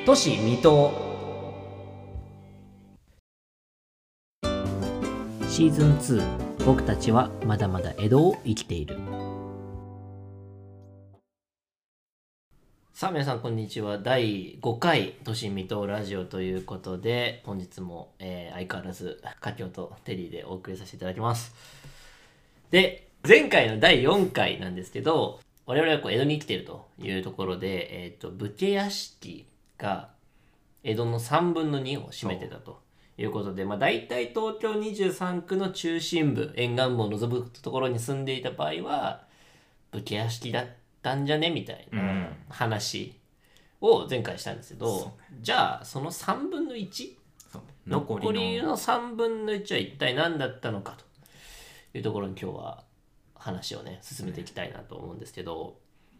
都市水戸シーズン2、僕たちはまだまだ江戸を生きている。さあ皆さんこんにちは。第5回都市水戸ラジオということで、本日も、相変わらずカキオとテリーでお送りさせていただきます。で、前回の第4回なんですけど、我々はこう江戸に生きているというところで、武家屋敷が江戸の3分の2を占めてたということで、大体東京23区の中心部、沿岸部を望むところに住んでいた場合は武家屋敷だったんじゃねみたいな話を前回したんですけど、じゃあその3分の 1？ 残りの3分の1は一体何だったのかというところに今日は話をね進めていきたいなと思うんですけど、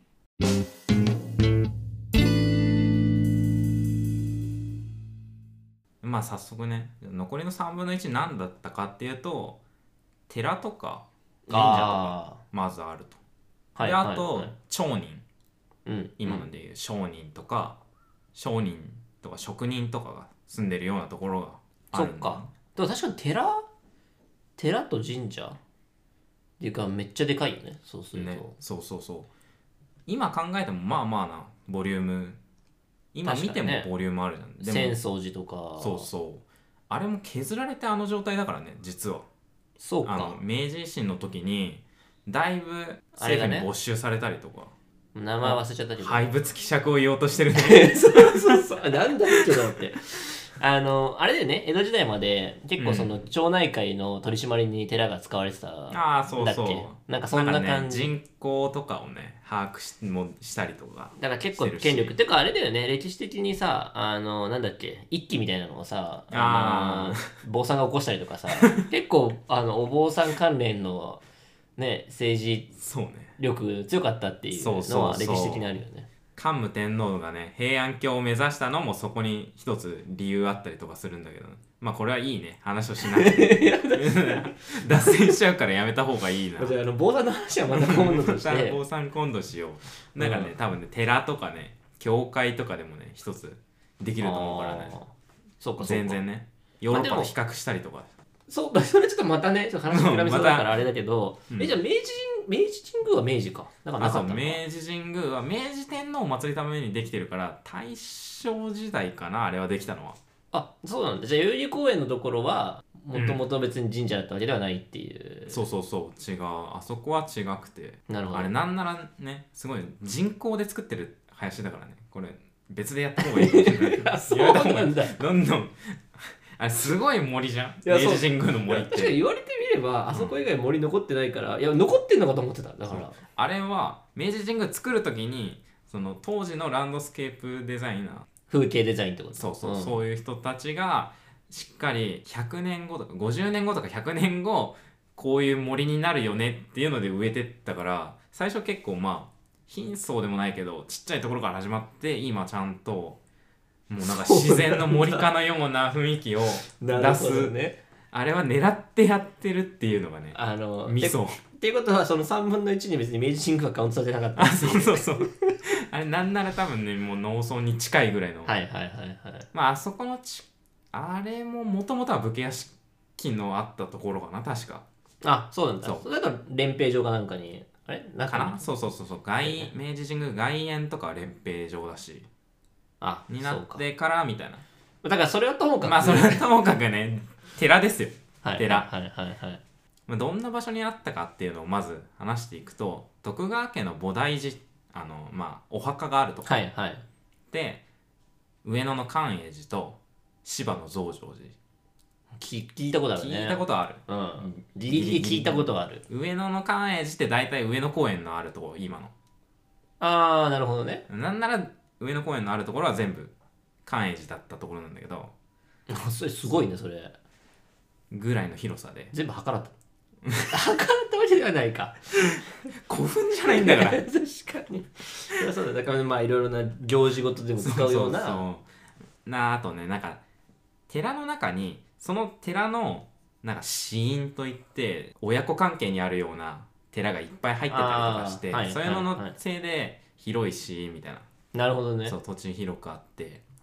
早速ね、残りの3分の1何だったかっていうと、寺とか神社とかまずあると。で、あと町人、今のでいう商人とか職人とかが住んでるようなところがあるんだ。 そっか。でも確かに寺と神社っていうかめっちゃでかいよね、そうすると。 ね、そう今考えてもまあまあなボリューム、今見てもボリュームあるじゃん。でも浅草寺とかあれも削られてあの状態だからね、実は。 そうか。 明治維新の時にだいぶ政府に没収されたりとか、 名前忘れちゃったけど廃物希釈を言おうとしてるねそうなんだっけどってあれだよね、江戸時代まで結構その町内会の取り締まりに寺が使われてたんだっけ。なんかそんな感じ、 人口とかをね把握したりとかだから結構権力っていうかあれだよね、歴史的にさ、なんだっけ、一揆みたいなのをさ、坊さんが起こしたりとかさ結構お坊さん関連のね政治力強かったっていうのは歴史的にあるよね。 桓武天皇がね平安京を目指したのもそこに一つ理由あったりとかするんだけど、これはいいね、話をしなくて脱線しちゃうからやめた方がいいな。 じゃあ坊さんの話はまた今度として坊さん今度しよう。なんかね、多分ね寺とかね教会とかでもね一つできると思うからね。 そうか全然ね、ヨーロッパと比較したりとか。 そうか、それちょっとまたね、ちょっと話膨らみそうだからあれだけど、じゃあ明治神宮は明治か。だからなかったのか。 明治神宮は明治天皇を祀るためにできてるから大正時代かな、あれはできたのは。 あ、そうなんだ。じゃあ代々木公園のところはもともと別に神社だったわけではないっていう。 そう違う、あそこは違くて。 なるほど。 あれなんならね、すごい人工で作ってる林だからね、これ別でやった方がいいかもしれないそうなんだ。 どんどんあれすごい森じゃん、明治神宮の森って。 確かに言われてみればあそこ以外森残ってないから、いや残ってんのかと思ってた。だからあれは明治神宮作るときにその当時のランドスケープデザイナー、 風景デザインってこと。 そういう人たちがしっかり100年後とか50年後とか100年後こういう森になるよねっていうので植えてったから、最初結構貧相でもないけどちっちゃいところから始まって、今ちゃんともうなんか自然の森かのような雰囲気を出す、ね、あれは狙ってやってるっていうのがね、ミソっていうことはその3分の1に別に明治神宮がカウントされてなかった。 そうあれなんなら多分ねもう農村に近いぐらいの。あそこのあれももともとは武家屋敷のあったところかな、確か。 あ、そうなんだ。それだから練兵場かなんかにあれかな。そう明治神宮外苑とかは練兵場だしになってからみたいな。 だからそれはともかくそれはともかくね、寺ですよ。寺。どんな場所にあったかっていうのをまず話していくと、徳川家の菩提寺、お墓があるとこ、で上野の寛永寺と芝の増上寺、 聞いたことあるね。 聞いたことある。 ギリギリ聞いたことある。 上野の寛永寺って大体上野公園のあるところ、今の。 なるほどね。 なんなら上野公園のあるところは全部寛永寺だったところなんだけどそれすごいね、それぐらいの広さで全部測らった測らったわけではないか古墳じゃないんだから確かにそうだ。だからいろいろな行事ごとでも使うような。 あとね、なんか寺の中にその寺のなんか死因といって親子関係にあるような寺がいっぱい入ってたりとかして、そういうののせいで広いしみたいな。 なるほどね。 そう、土地広くあって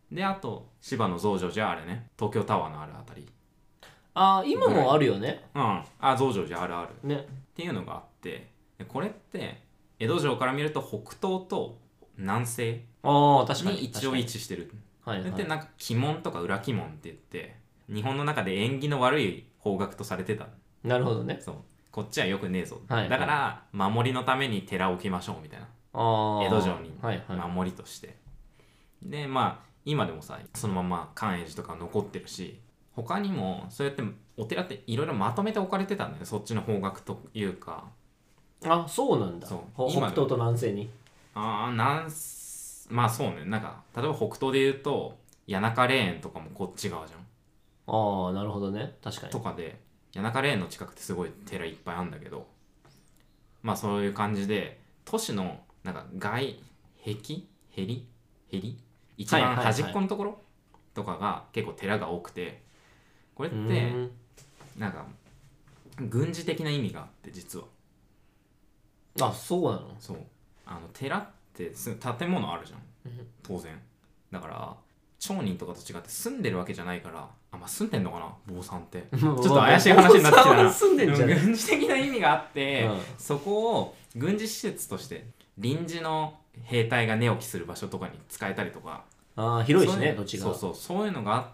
であと芝の増上寺はあれね、東京タワーのあるあたり。 ああ、今もあるよね。 あ、増上寺あるあるね。 っていうのがあって、でこれって江戸城から見ると北東と南西ああ、確かに。 に一応位置してる。 はいはい。 でなんか鬼門とか裏鬼門って言って、日本の中で縁起の悪い方角とされてた。 なるほどね。 そう、こっちはよくねえぞ、 はいはいだから守りのために寺を置きましょうみたいな、 ああ。 江戸城にはいはい。 守りとして、でまあ今でもさそのまま寛永寺とか残ってるし、他にもそうやってお寺っていろいろまとめて置かれてたんだよね、そっちの方角というか。 あ、そうなんだ。 そう北東と南西に。 まあそうね、なんか例えば北東で言うと谷中霊園とかもこっち側じゃん。 ああ、なるほどね。確かに。 とかで谷中霊園の近くってすごい寺いっぱいあるんだけど、まあそういう感じで都市のなんか壁へり一番端っこのところとかが結構寺が多くて、これってなんか軍事的な意味があって、実はあ、そうなの。 そう、寺って建物あるじゃん当然。だから町人とかと違って住んでるわけじゃないから、まあ住んでんのかな坊さんってちょっと怪しい話になってきたな。 住んでんじゃない。 軍事的な意味があって、 うん、 そこを軍事施設として臨時の兵隊が寝起きする場所とかに使えたりとか。 ああ、広いしね、土地が。 そういうのがあって、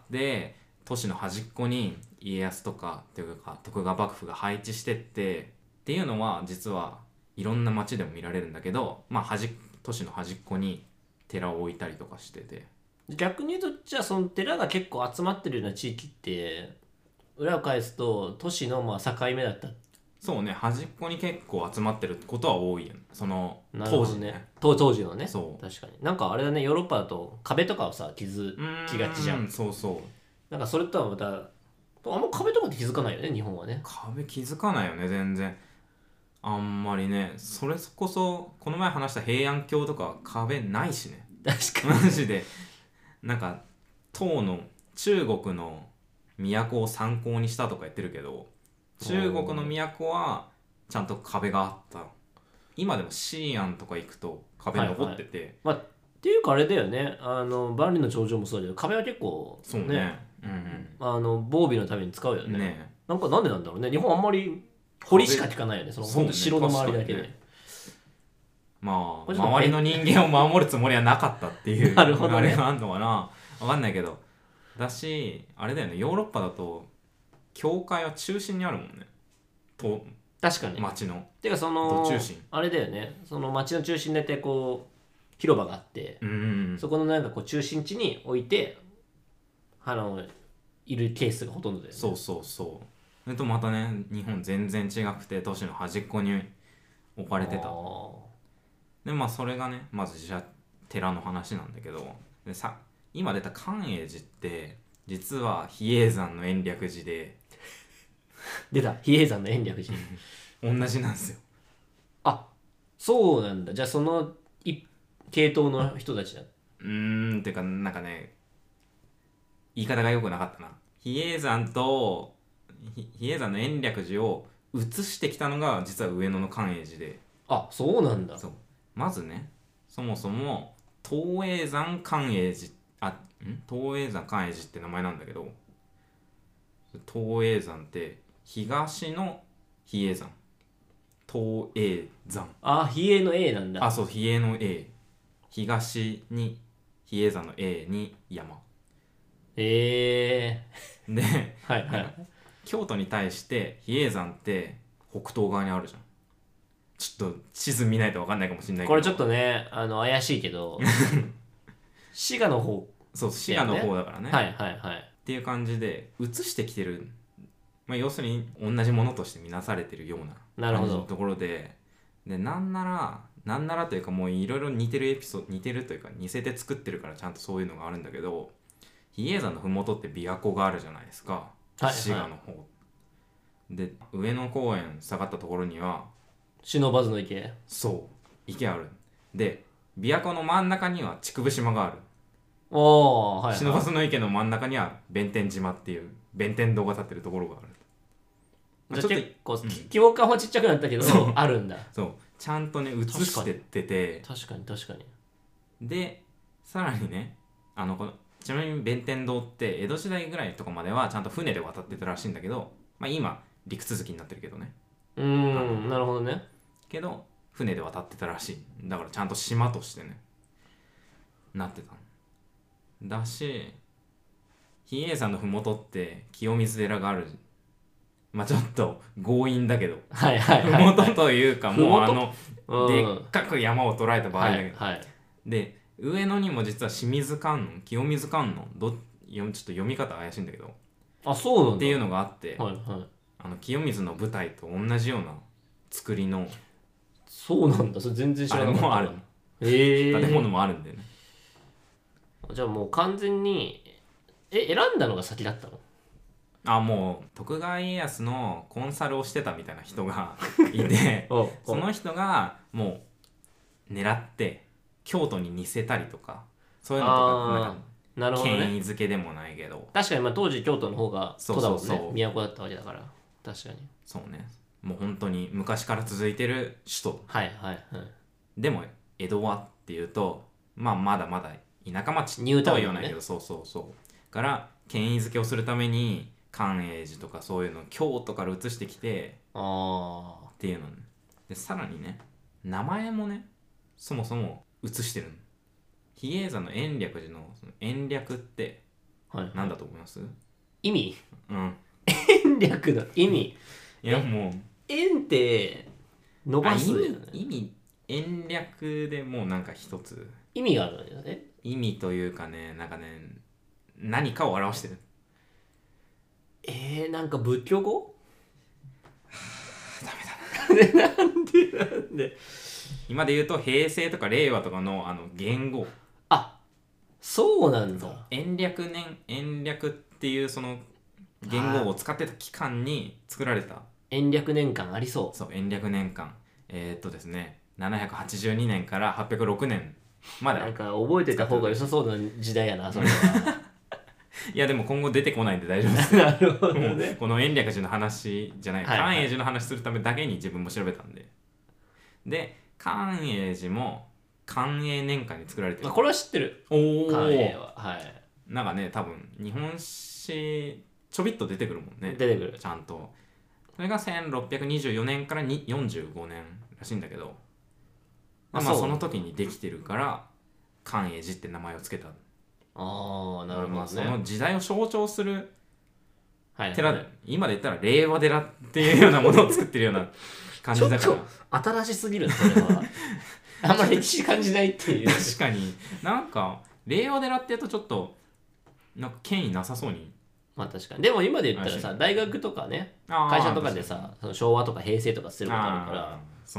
都市の端っこに家康とかっていうか徳川幕府が配置してっていうのは実はいろんな町でも見られるんだけど、まあ都市の端っこに寺を置いたりとかしてて、 逆に言うと、じゃあその寺が結構集まってるような地域って裏を返すと都市のまあ境目だった。 そうね、端っこに結構集まってることは多いよね、その当時ね。 当時のね。 そう確かに。なんかあれだね、ヨーロッパだと壁とかをさ気づきがちじゃん。 そうそう、 なんかそれとはまたあんま壁とかって気づかないよね、日本はね。 壁気づかないよね全然。あんまりね。それこそこの前話した平安京とか壁ないしね。 確かに。 マジでなんか唐の中国の都を参考にしたとか言ってるけど、中国の都はちゃんと壁があった。今でも西安とか行くと壁残ってて、 はいはい、まあっていうかあれだよね、万里の長城もそうだけど壁は結構そうね、 防備のために使うよね。 ね、 なんでなんだろうね、日本あんまり堀しか聞かないよね、その本当城の周りだけで、ね、 まあ周りの人間を守るつもりはなかったっていうなるほど、ね、 あれがあるのかな、分かんないけど。だしあれだよね、ヨーロッパだと教会は中心にあるもんね、と確かに町のてかそのあれだよね、その町の中心でってこう広場があって、そこのなんかこう中心地に置いているケースがほとんどだよね。 そうそれとまたね、日本全然違くて都市の端っこに置かれてた。でまあそれがね、まずじゃあ寺の話なんだけど、で今出た寛永寺って実は比叡山の延暦寺で出た、比叡山の延暦寺同じなんですよ。 あ、そうなんだ。じゃあその系統の人たちだ。 っていうかなんかね、言い方が良くなかったな。比叡山の延暦寺を移してきたのが実は上野の寛永寺で。 あ、そうなんだ。 そうまずね、そもそも東叡山寛永寺東叡山寛永寺って名前なんだけど、東叡山って東の比叡山、東叡山。 あ、比叡の A なんだ。 あ、そう、比叡の A、 東に比叡山の A に山ではいはい、 京都に対して比叡山って北東側にあるじゃん。ちょっと地図見ないと分かんないかもしれないけど、 これちょっとね怪しいけど滋賀の方、 そう、滋賀の方だからね。 はいはいはい。 っていう感じで移してきてる、まあ、要するに同じものとして見なされてるような感じのところで、なんならというかもういろいろ似てるというか似せて作ってるからちゃんとそういうのがあるんだけど、比叡山の麓って琵琶湖があるじゃないですか、滋賀の方で。上野公園下がったところには不忍池、 そう池ある。で琵琶湖の真ん中には竹生島がある。 はいはい、 不忍池の真ん中には弁天島っていう弁天堂が建ってるところがある。 じゃあ結構規模感はちっちゃくなったけどあるんだ。 そうちゃんとね移してってて、 確かにでさらにね、このちなみに弁天堂って江戸時代ぐらいとかまではちゃんと船で渡ってたらしいんだけど、まあ、今陸続きになってるけどね。 なるほどね。 けど船で渡ってたらしい。だからちゃんと島としてねなってただし、比叡山の麓って清水寺がある。まあちょっと強引だけどはいはいはい、はい、 麓というかもうでうんっかく山を捉えた場合だけど、 はいはい、 で上野にも実は清水観音、清水観音ちょっと読み方怪しいんだけどあ、そうなんだっていうのがあって、 はいはい、 清水の舞台と同じような作りのそうなんだ。それ全然知あらなかった。 れもある、建物もあるんでね。 じゃあもう完全に選んだのが先だったの？ もう徳川家康のコンサルをしてたみたいな人がいてその人がもう狙って京都に似せたりとかそういうのとかなんかなるほどね、 権威づけでもないけど、 確かにまあ当時京都の方がそうそうそう都だもんね、都だったわけだから。確かに。 そうね、もう本当に昔から続いてる首都はいはいはい。 でも江戸はっていうとまあまだまだ田舎町ニュータウンねとは言わないけど、そうそうそうから権威づけをするために寛永寺とかそういうのを京都から移してきてっていうのね。でさらにね名前もねそもそも移してるの。比叡山の延暦寺のその延暦って何だと思います？ 意味？ うん。 延暦の意味。 いやもう円って伸ばすよね。 意味延暦でもうなんか一つ意味があるんだよね。 意味というかね、なんかね何かを表してる。 なんか仏教語？ ダメだな。 なんで今で言うと平成とか令和とかの元号。 あ、そうなんだ。 延暦年、延暦っていうその元号を使ってた期間に作られた。 延暦年間ありそう。 そう、延暦年間。ですね、782年から806年まで。 なんか覚えてた方が良さそうな時代やな、それは。 いやでも今後出てこないんで大丈夫です。 なるほどね。 この延暦寺の話じゃない、 はいはい寛永寺の話するためだけに自分も調べたんで。で、寛永寺も寛永年間に作られてる。 これは知ってる。 おお。 寛永は。はい。 なんかね、多分日本史ちょびっと出てくるもんね。 出てくる。 ちゃんと。それが1624年から45年らしいんだけど、まあその時にできてるから寛永寺って名前をつけた。 ああ、なるほどね。 まあその時代を象徴する寺、 はいはい、 今で言ったら令和寺っていうようなものを作ってるような感じだからちょっと新しすぎるね、それは。あんまり歴史感じないっていう。 確かになんか令和寺って言うとちょっとなんか権威なさそうに。 まあ確かに。でも今で言ったらさ、大学とかね、会社とかでさ、その昭和とか平成とかすることあるから、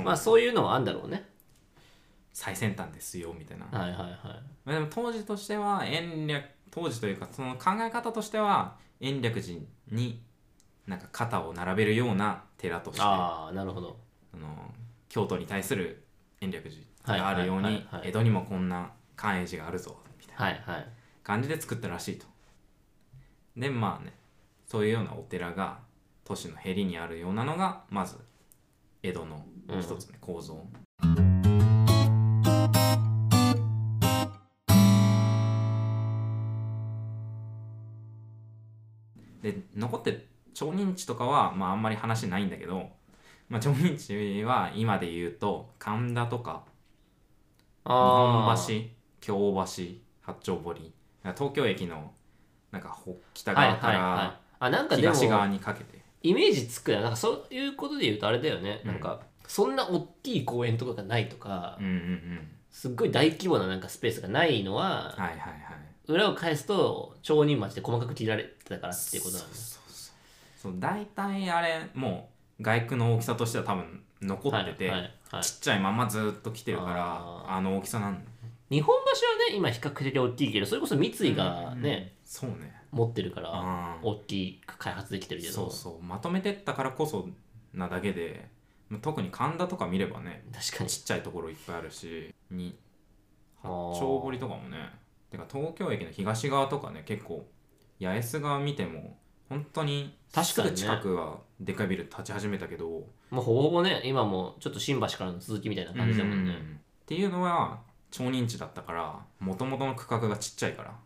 まあそういうのはあんだろうね。 最先端ですよみたいな。 はいはいはい。 でも当時としては当時というかその考え方としては延暦寺になんか肩を並べるような寺としてなるほど。 京都に対する延暦寺があるように江戸にもこんな寛永寺があるぞみたいな感じで作ったらしいと。でまあね、そういうようなお寺が都市のへりにあるようなのがまず江戸の一つね、構造。で残ってる町人地とかは、まあ、あんまり話ないんだけど、まあ、町人地は今で言うと神田とか日本橋、京橋、八丁堀、東京駅のなんか北側から東側にかけて、 イメージつくやなんかそういうことで言うとあれだよね、なんかそんな大きい公園とかがないとか、すっごい大規模ななんかスペースがないのは、裏を返すと町人町で細かく切られてたからっていうことなんです。 そう大体あれもう外区の大きさとしては多分残ってて、ちっちゃいままずっと来てるからあの大きさなんだ。 日本橋はね今比較的大きいけど、それこそ三井がね、 そうね持ってるから大きく開発できてるけど、 そうそうまとめてったからこそなだけで、特に神田とか見ればね、 確かにちっちゃいところいっぱいあるし、八丁堀とかもね、てか東京駅の東側とかね、結構八重洲側見ても本当にすぐ近くはでかいビル立ち始めたけど、 もうほぼほぼね今もちょっと新橋からの続きみたいな感じだもんね。 っていうのは町人地だったから、もともとの区画がちっちゃいから、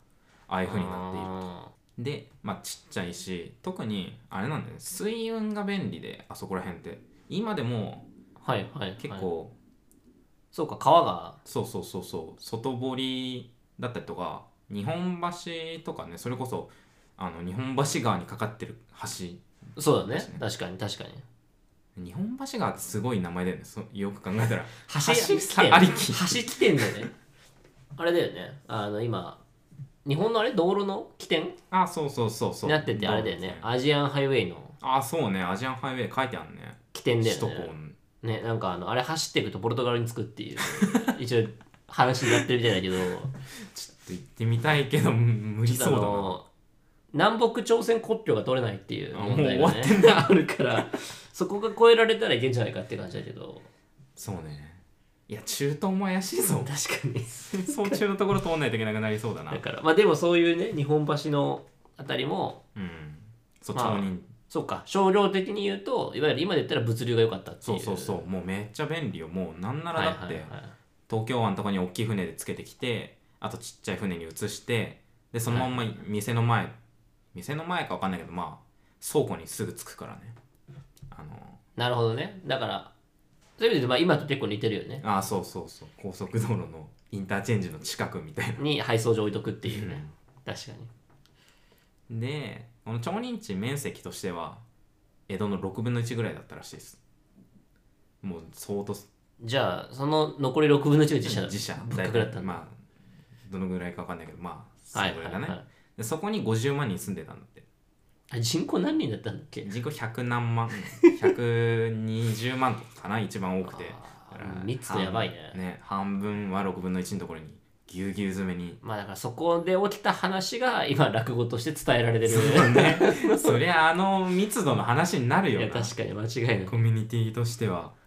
ああいう風になっているあで、まあちっちゃいし、特にあれなんだよね、水運が便利で、あそこら辺って今でもーはいはいはい。 結構、 そうか、川が。 そう外堀だったりとか、日本橋とかね、それこそ日本橋川にかかってる橋そうだね。 だしね。 確かに確かに。 日本橋川ってすごい名前だよね、よく考えたら橋来てんありき。 橋来てんだよね。あれだよね。今、日本のあれ道路の起点あ、そうになってて、あれだよね。アジアンハイウェイのあ、そうね、アジアンハイウェイ書いてあるね。 起点だよ首都高ね。ね、なんかあれ走っていくとポルトガルに着くっていう、一応話になってるみたいだけど、 ちょっと行ってみたいけど無理そうだな。 南北朝鮮国境が取れないっていう問題がもう終わってね、あるから、そこが越えられたらいけんじゃないかって感じだけど、 そうね。いや、中東も怪しいぞ。 確かに。 戦争中のところ通んないといけなくなりそうだな。 だから、まあでもそういうね、日本橋のあたりも、 うん。そう、 まあ町人。 そうか、商業的に言うと、いわゆる今で言ったら物流が良かったっていう。 そう。もうめっちゃ便利よ。もうなんならだって、 はいはいはい、 東京湾のとこに大きい船でつけてきて、あとちっちゃい船に移して、で、そのまんま店の前か分かんないけど、まあ、倉庫にすぐ着くからね。 なるほどね。だから、そういう意味でまあ今と結構似てるよね。 そう。高速道路のインターチェンジの近くみたいな。 に配送所置いとくっていうね。確かに。 で、この町人地面積としては、江戸の6分の1ぐらいだったらしいです。もう相当、 じゃあ、その残り6分の1が自社自社ぶっかけだったんだ。 まあ、どのぐらいか分かんないけど、まあ、そはいれぐらいだね。 はいはい。 でそこに50万人住んでたんだって。 あ、人口何人だったんだっけ？ 人口100何万、120万とかかな、一番多くて。だから密度やばいね。 半分は6分の1のところにぎゅうぎゅう詰めに。 まあだからそこで起きた話が今落語として伝えられてる。 そりゃ密度の話になるよな。 いや確かに間違いない。 コミュニティとしては。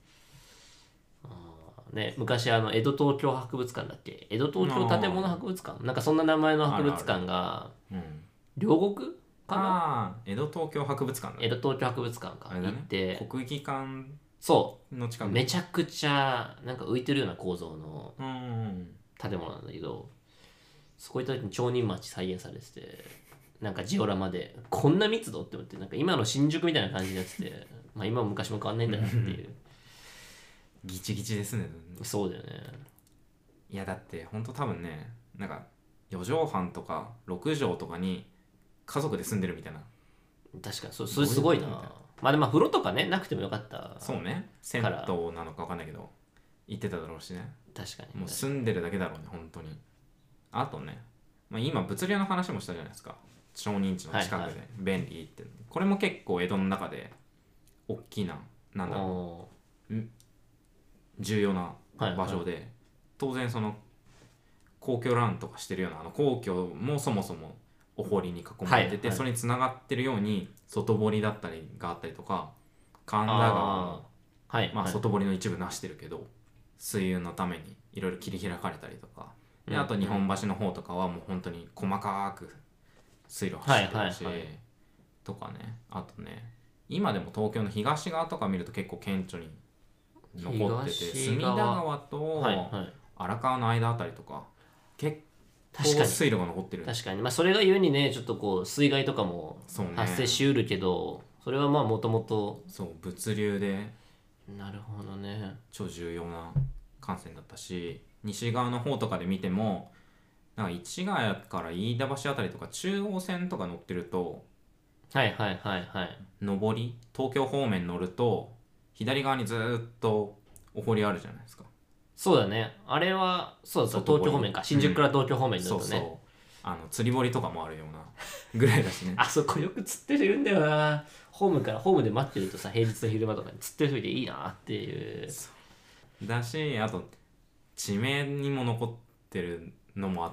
ね、昔江戸東京博物館だっけ、江戸東京建物博物館なんかそんな名前の博物館がうん。 両国かな、 江戸東京博物館だ。 江戸東京博物館かあれだね。 行って、 国技館その近く。 うめちゃくちゃなんか浮いてるような構造のうん。 建物なんだけど、そこ行った時に町人町再現されてて、なんかジオラマでこんな密度って思って、なんか今の新宿みたいな感じになってて、まあ今も昔も変わんないんだなっていうギチギチですね。 そうだよね。 いやだってほんと多分ね、なんか4畳半とか6畳とかに家族で住んでるみたいな。 確かにそれすごいな。 どういうことみたいまあでも風呂とかねなくてもよかったそうね、銭湯なのか分かんないけど行ってただろうしね。 確かに。 もう住んでるだけだろうね本当に。あとね、まあ、今物流の話もしたじゃないですか。町人地の近くで便利って、これも結構江戸の中で大きな、なんだろう、重要な場所で、当然その公共ランとかしてるような皇居もそもそもお堀に囲まれてて、それにつながってるように外堀だったりがあったりとか、神田川もまあ外堀の一部なしてるけど、水運のためにいろいろ切り開かれたりとかで、あと日本橋の方とかはもう本当に細かく水路走ってるし、とかね。あとね、今でも東京の東側とか見ると結構顕著に残ってて、隅田川と荒川の間あたりとか結構水路が残ってる。 確かに、まあそれがゆえにね、ちょっとこう水害とかも発生しうるけど、それはまあもともと物流でなるほどね超重要な幹線だったし、西側の方とかで見てもなんか市ヶ谷から飯田橋あたりとか中央線とか乗ってると、上り東京方面乗ると左側にずっとお堀あるじゃないですか。 そうだね、あれはそうだ、東京方面か、新宿から東京方面に乗るとね、 釣り堀とかもあるようなぐらいだしね。 あそこよく釣ってる人いるんだよな。ホームで待ってるとさ、平日の昼間とかに釣ってる人いていいなっていうだし、あと地名にも残ってるのもあって、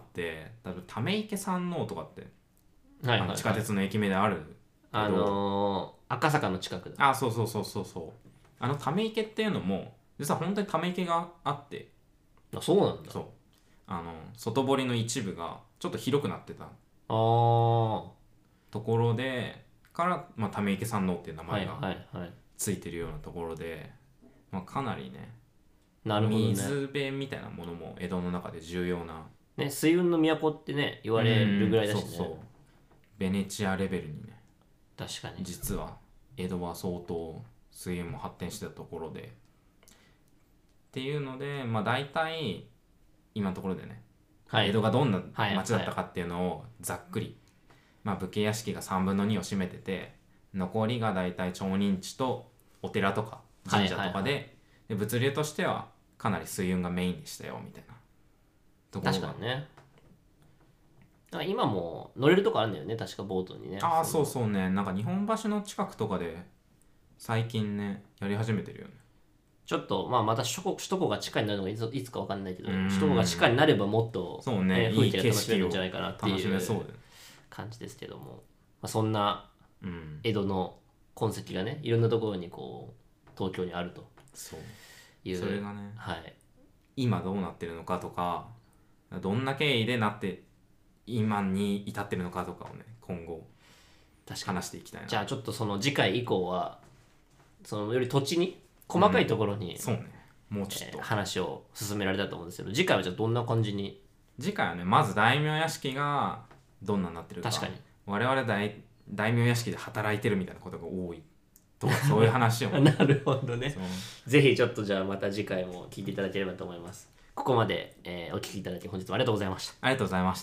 多分溜池山王とかって、地下鉄の駅名であるけど、 赤坂の近くだ。 そう溜池っていうのも実は本当に溜池があって、 そうなんだ。 そう外堀の一部がちょっと広くなってたところでから、溜池山王っていう名前がついてるようなところで、かなりね、 なるほどね、 水辺みたいなものも江戸の中で重要なね、水運の都ってね言われるぐらいだしね。 そうそう、ベネチアレベルにね、 確かに。 実は江戸は相当水運も発展してたところでっていうので、まあ大体今のところでね、 はい、 江戸がどんなはい町だったかっていうのをざっくり、まあ武家屋敷が3分の2を占めてて、残りが大体町人地とお寺とか神社とかで、で物流としてはかなり水運がメインでしたよみたいなところが。 確かにね。だから今も乗れるとこあるんだよね、確かボートにね。 ああ、そうそうね、なんか日本橋の近くとかで最近ねやり始めてるよね。 ちょっと、まあ、また首都高が地下になるのがいつか分かんないけど、首都高が地下になればもっと、 そうね、 風景がいい景色を楽しめるんじゃないかなっていう楽しめそうだよね。 感じですけども、まあ、そんなうん、 江戸の痕跡がね、いろんなところにこう東京にあるとそう。 いう。 それがね、 はい、 今どうなってるのかとか、どんな経緯でなって今に至ってるのかとかをね、今後確かに。 話していきたいな。 じゃあちょっとその次回以降はそのより土地に細かいところに、 そうね、もうちょっと、 話を進められたと思うんですけど、次回はじゃあどんな感じに。 次回はね、まず大名屋敷がどんなになってるか。 確かに。 我々大名屋敷で働いてるみたいなことが多いとか、そういう話をなるほどね。 そうぜひちょっとじゃあまた次回も聞いていただければと思います。ここまで、お聞きいただき本日もありがとうございました。 ありがとうございました。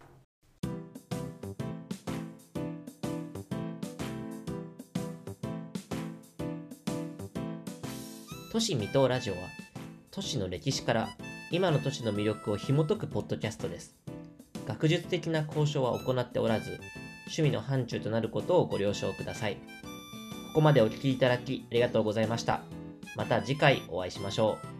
都市未踏ラジオは都市の歴史から今の都市の魅力を紐解くポッドキャストです。学術的な交渉は行っておらず、趣味の範疇となることをご了承ください。ここまでお聞きいただきありがとうございました。また次回お会いしましょう。